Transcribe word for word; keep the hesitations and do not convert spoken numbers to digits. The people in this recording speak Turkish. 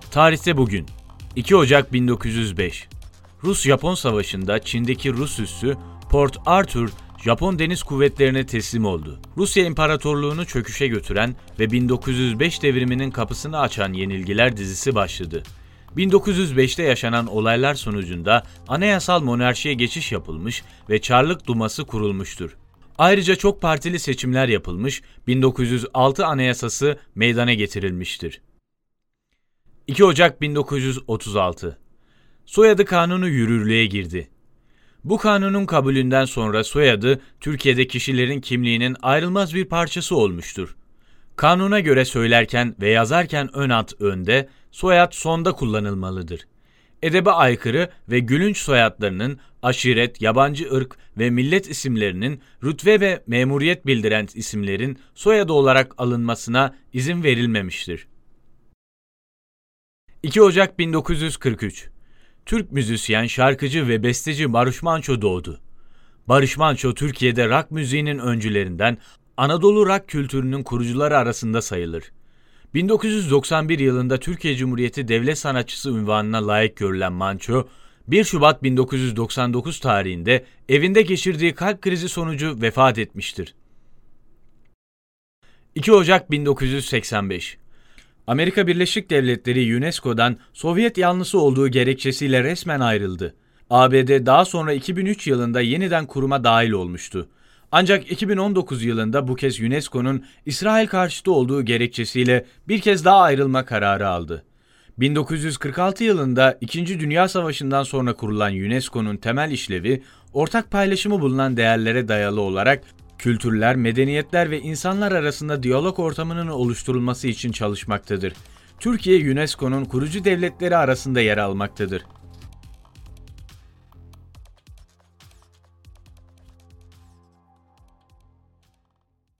Tarihte bugün, iki Ocak bin dokuz yüz beş. Rus-Japon Savaşı'nda Çin'deki Rus üssü Port Arthur, Japon Deniz Kuvvetleri'ne teslim oldu. Rusya İmparatorluğunu çöküşe götüren ve bin dokuz yüz beş devriminin kapısını açan yenilgiler dizisi başladı. bin dokuz yüz beşte yaşanan olaylar sonucunda anayasal monarşiye geçiş yapılmış ve Çarlık Duması kurulmuştur. Ayrıca çok partili seçimler yapılmış, bin dokuz yüz altı Anayasası meydana getirilmiştir. iki Ocak bin dokuz yüz otuz altı. Soyadı Kanunu yürürlüğe girdi. Bu kanunun kabulünden sonra soyadı Türkiye'de kişilerin kimliğinin ayrılmaz bir parçası olmuştur. Kanuna göre söylerken ve yazarken ön ad önde, soyad sonda kullanılmalıdır. Edebe aykırı ve gülünç soyadlarının aşiret, yabancı ırk ve millet isimlerinin rütbe ve memuriyet bildiren isimlerin soyadı olarak alınmasına izin verilmemiştir. iki Ocak bin dokuz yüz kırk üç. Türk müzisyen, şarkıcı ve besteci Barış Manço doğdu. Barış Manço, Türkiye'de rock müziğinin öncülerinden, Anadolu rock kültürünün kurucuları arasında sayılır. bin dokuz yüz doksan bir yılında Türkiye Cumhuriyeti Devlet Sanatçısı unvanına layık görülen Manço, bir Şubat bin dokuz yüz doksan dokuz tarihinde evinde geçirdiği kalp krizi sonucu vefat etmiştir. iki Ocak bin dokuz yüz seksen beş. Amerika Birleşik Devletleri U N E S C O'dan Sovyet yanlısı olduğu gerekçesiyle resmen ayrıldı. A B D daha sonra iki bin üç yılında yeniden kuruma dahil olmuştu. Ancak iki bin on dokuz yılında bu kez U N E S C O'nun İsrail karşıtı olduğu gerekçesiyle bir kez daha ayrılma kararı aldı. bin dokuz yüz kırk altı yılında İkinci Dünya Savaşı'ndan sonra kurulan U N E S C O'nun temel işlevi, ortak paylaşımı bulunan değerlere dayalı olarak kültürler, medeniyetler ve insanlar arasında diyalog ortamının oluşturulması için çalışmaktadır. Türkiye, U N E S C O'nun kurucu devletleri arasında yer almaktadır.